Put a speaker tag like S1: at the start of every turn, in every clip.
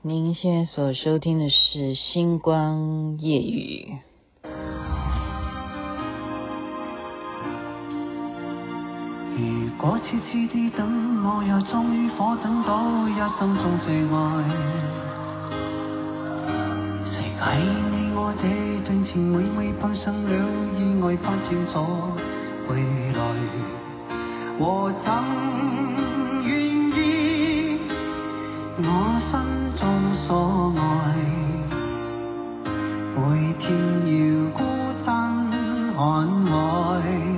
S1: 您现在所收听的是星光夜语。
S2: 如果痴痴地等，我又终於可等到一生中最愛。誰啟你我這段情，每每碰上了意外，不清楚去來。和怎願意我心中所愛，每天要孤單看海。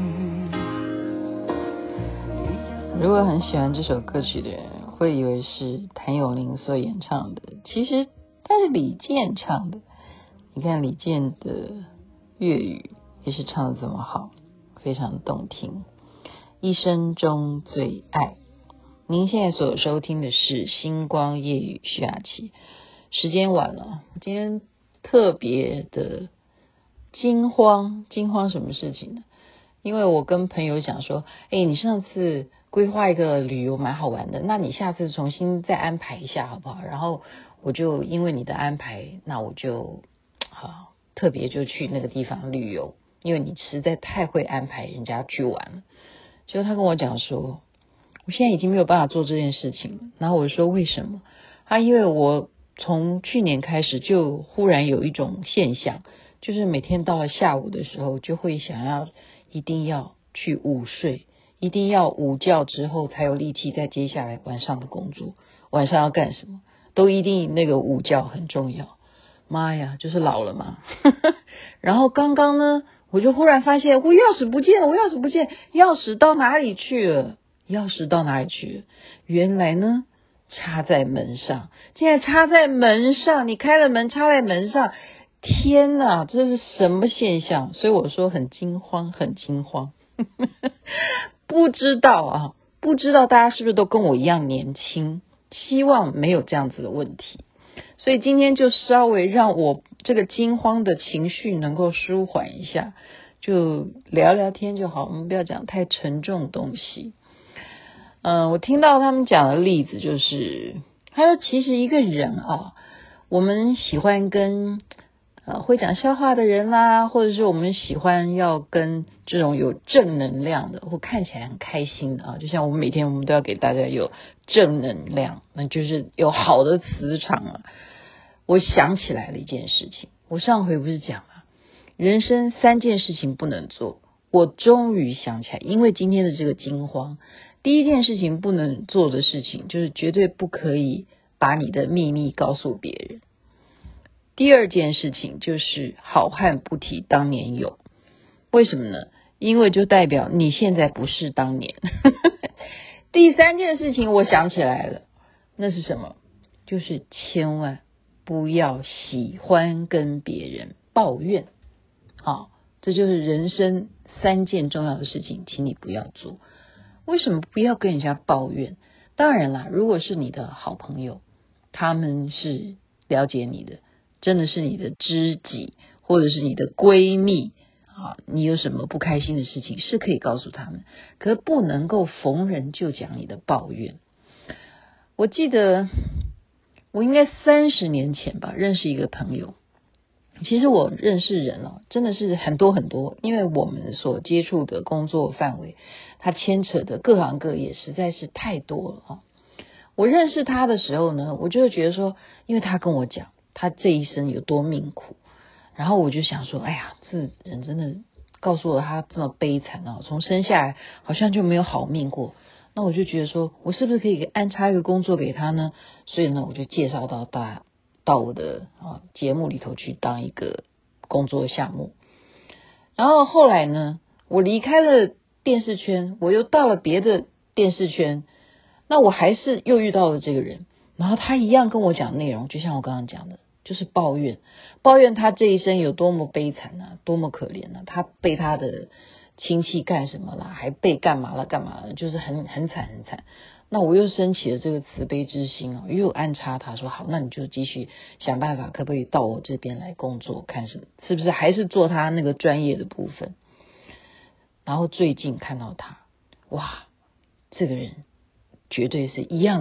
S1: 如果很喜歡這首歌曲的人會以為是譚詠麟所演唱的，其實他是李健唱的。你看李健的粵語也是唱得這麼好，非常動聽。一生中最愛。您現在所收聽的是星光夜語，徐雅琪。時間晚了，今天特別的驚慌什麼事情呢？因為我跟朋友講說，你上次規劃一個旅遊蠻好玩的，那你下次重新再安排一下好不好？然後我就因為你的安排，那我就特別就去那個地方旅遊，因為你實在太會安排人家去玩了。結果他跟我講說，我現在已經沒有辦法做這件事情了。然後我說為什麼？因為我從去年開始就忽然有一種現象，就是每天到了下午的時候就會想要一定要去午睡，一定要午覺之後才有力氣再接下來晚上的工作。晚上要幹什麼都一定那個午覺很重要。媽呀，就是老了嘛。然後剛剛呢，我就忽然發現我鑰匙不見了，鑰匙到哪裡去了？原來呢插在門上，竟然插在門上，你開了門插在門上，天哪，這是什麼現象？所以我說很驚慌。不知道大家是不是都跟我一樣年輕，希望沒有這樣子的問題。所以今天就稍微讓我這個驚慌的情緒能夠舒緩一下，就聊聊天就好，我們不要講太沉重的東西。我聽到他們講的例子就是他說其實一個人我們喜歡跟會講笑話的人啦，或者是我們喜歡要跟這種有正能量的或看起來很開心的就像我們每天我們都要給大家有正能量，那就是有好的磁場我想起來了一件事情，我上回不是講人生3件事情不能做，我終於想起來，因為今天的這個驚慌，第一件事情不能做的事情就是絕對不可以把你的秘密告訴別人。第二件事情就是好漢不提當年勇，為什麼呢？因為就代表你現在不是當年。第三件事情我想起來了，那是什麼？就是千萬不要喜歡跟別人抱怨。這就是人生3件重要的事情，請你不要做。為什麼不要跟人家抱怨？當然啦，如果是你的好朋友，他們是了解你的，真的是你的知己或者是你的閨蜜你有什麼不開心的事情是可以告訴他們，可不能夠逢人就講你的抱怨。我記得我應該30年前吧，認識一個朋友。其實我認識人真的是很多很多，因為我們所接觸的工作範圍，它牽扯的各行各業實在是太多了我認識他的時候呢，我就會覺得說，因為他跟我講他這一生有多命苦，然後我就想說，哎呀，這人真的告訴我他這麼悲慘從生下來好像就沒有好命過。那我就覺得說，我是不是可以安插一個工作給他呢？所以呢，我就介紹到我的節目裡頭去當一個工作項目。然後後來呢，我離開了電視圈，我又到了別的電視圈，那我還是又遇到了這個人，然後他一樣跟我講內容，就像我剛剛講的，就是抱怨他這一生有多麼悲慘多麼可憐他被他的親戚幹什麼啦，還被幹嘛了，就是很慘。那我又升起了這個慈悲之心又安插他說好，那你就繼續想辦法，可不可以到我這邊來工作，看是不是還是做他那個專業的部分。然後最近看到他，哇，這個人絕對是一樣的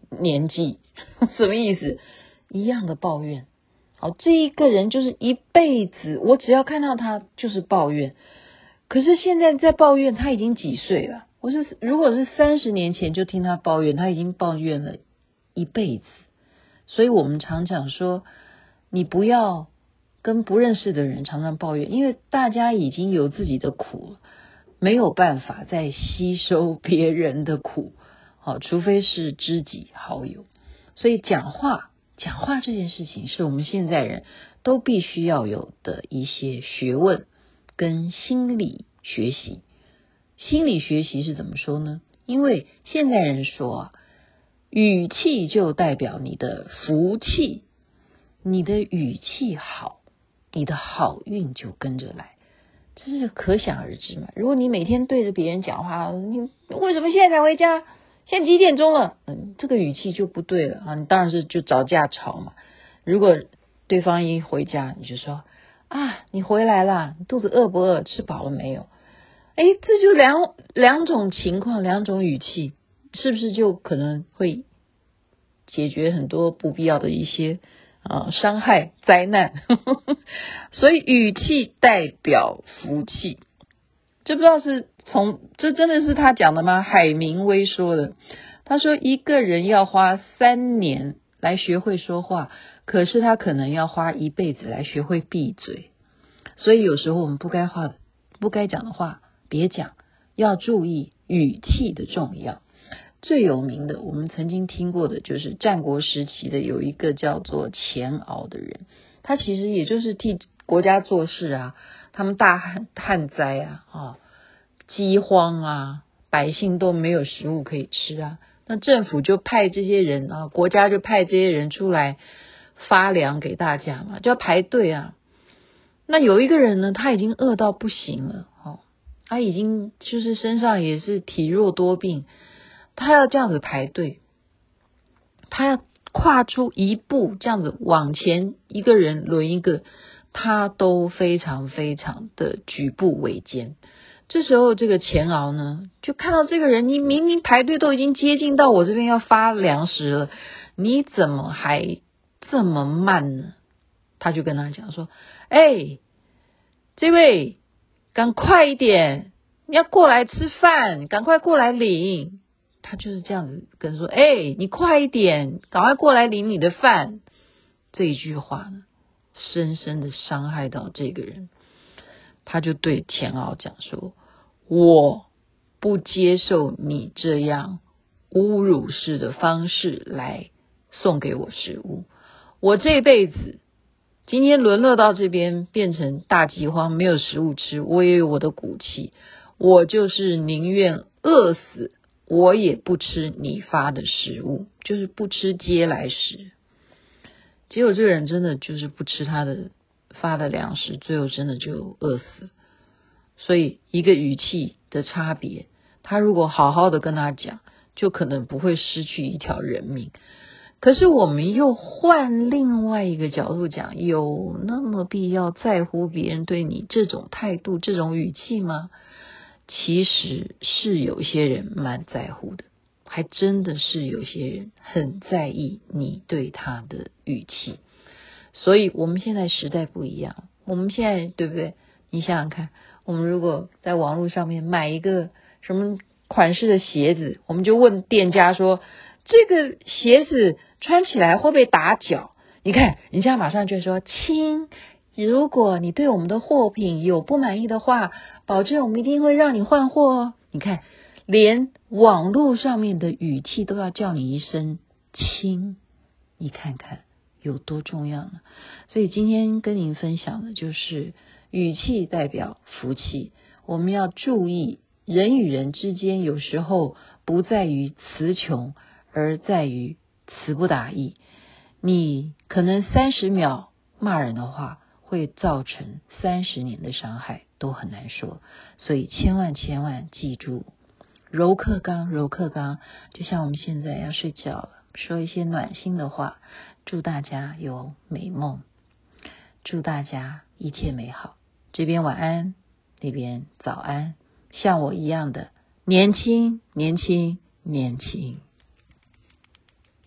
S1: 年纪，什么意思？一样的抱怨。好，这一个人就是一辈子，我只要看到他就是抱怨。可是现在在抱怨，他已经几岁了？如果是30年前就听他抱怨，他已经抱怨了一辈子。所以我们常讲说，你不要跟不认识的人常常抱怨，因为大家已经有自己的苦了，没有办法再吸收别人的苦。好，除非是知己好友。所以讲话这件事情是我们现在人都必须要有的一些学问跟心理学习。心理学习是怎么说呢？因为现在人说啊，语气就代表你的福气，你的语气好，你的好运就跟着来，这是可想而知嘛。如果你每天对着别人讲话，你为什么现在才回家？现在几点钟了？这个语气就不对了啊！你当然是就找架吵嘛。如果对方一回家，你就说啊，你回来啦，你肚子饿不饿？吃饱了没有？这就两种情况，两种语气，是不是就可能会解决很多不必要的一些伤害灾难？所以语气代表福气。这不知道是这真的是他讲的吗？海明威说的。他说一个人要花3年来学会说话，可是他可能要花一辈子来学会闭嘴。所以有时候我们不该讲的话别讲，要注意语气的重要。最有名的我们曾经听过的就是战国时期的有一个叫做钱敖的人，他其实也就是替国家做事啊，他们大旱灾啊，饥荒啊，百姓都没有食物可以吃啊，那政府就派这些人啊，国家就派这些人出来发粮给大家嘛，就要排队啊。那有一个人呢，他已经饿到不行了，他已经就是身上也是体弱多病，他要这样子排队，他要跨出一步这样子往前，一个人轮一个，他都非常非常的举步维艰。这时候这个钱敖呢，就看到这个人，你明明排队都已经接近到我这边要发粮食了，你怎么还这么慢呢？他就跟他讲说，这位赶快一点，你要过来吃饭，赶快过来领。他就是这样子跟说，你快一点，赶快过来领你的饭。这一句话呢，深深的伤害到这个人。他就对钱敖讲说，我不接受你这样侮辱式的方式来送给我食物。我这辈子今天沦落到这边变成大饥荒，没有食物吃，我也有我的骨气，我就是宁愿饿死，我也不吃你发的食物，就是不吃嗟来食。结果这个人真的就是不吃他的发的粮食，最后真的就饿死。所以一个语气的差别，他如果好好的跟他讲，就可能不会失去一条人命。可是我们又换另外一个角度讲，有那么必要在乎别人对你这种态度、这种语气吗？其实是有些人蛮在乎的，还真的是有些人很在意你对他的语气。所以我们现在时代不一样，我们现在对不对？你想想看，我们如果在网络上面买一个什么款式的鞋子，我们就问店家说，这个鞋子穿起来会不会打脚？你看人家马上就说，亲，如果你对我们的货品有不满意的话，保证我们一定会让你换货哦。你看连网络上面的语气都要叫你一声亲，你看看有多重要呢？所以今天跟您分享的就是语气代表福气，我们要注意人与人之间有时候不在于词穷，而在于词不达意。你可能30秒骂人的话，会造成30年的伤害，都很难说。所以千万记住，柔克刚，就像我们现在要睡觉了，说一些暖心的话，祝大家有美梦，祝大家一切美好。这边晚安，那边早安，像我一样的年轻。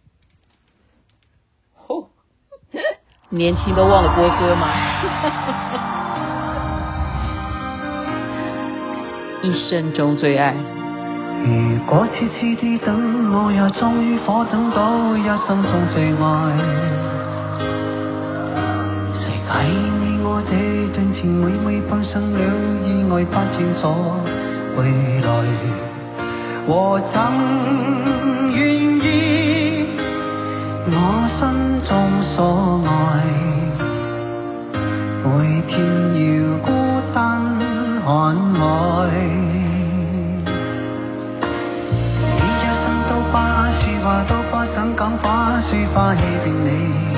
S1: 年轻都忘了播歌吗？一生中最愛。
S2: 如果痴痴地等，我也終於可等到一生中最愛。誰解你我這段情，每每碰上了意外，不清楚未來。我怎願意我心中所愛，每天要孤單看海。你一生都不說話，都不想講話，抒發欺騙你。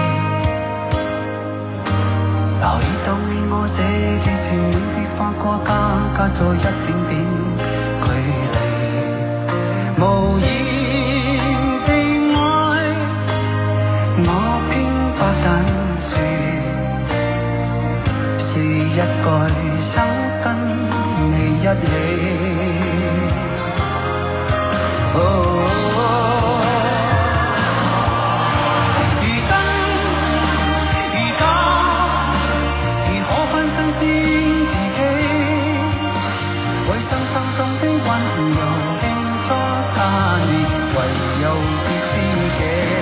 S2: 留意到你我這段情，永別發過家，隔咗一點點距離。無言地愛，我偏不敢說，是一句想跟你一起。如真如假，如可分身先自己，為生生中的溫柔拼出加熱，唯有別知己。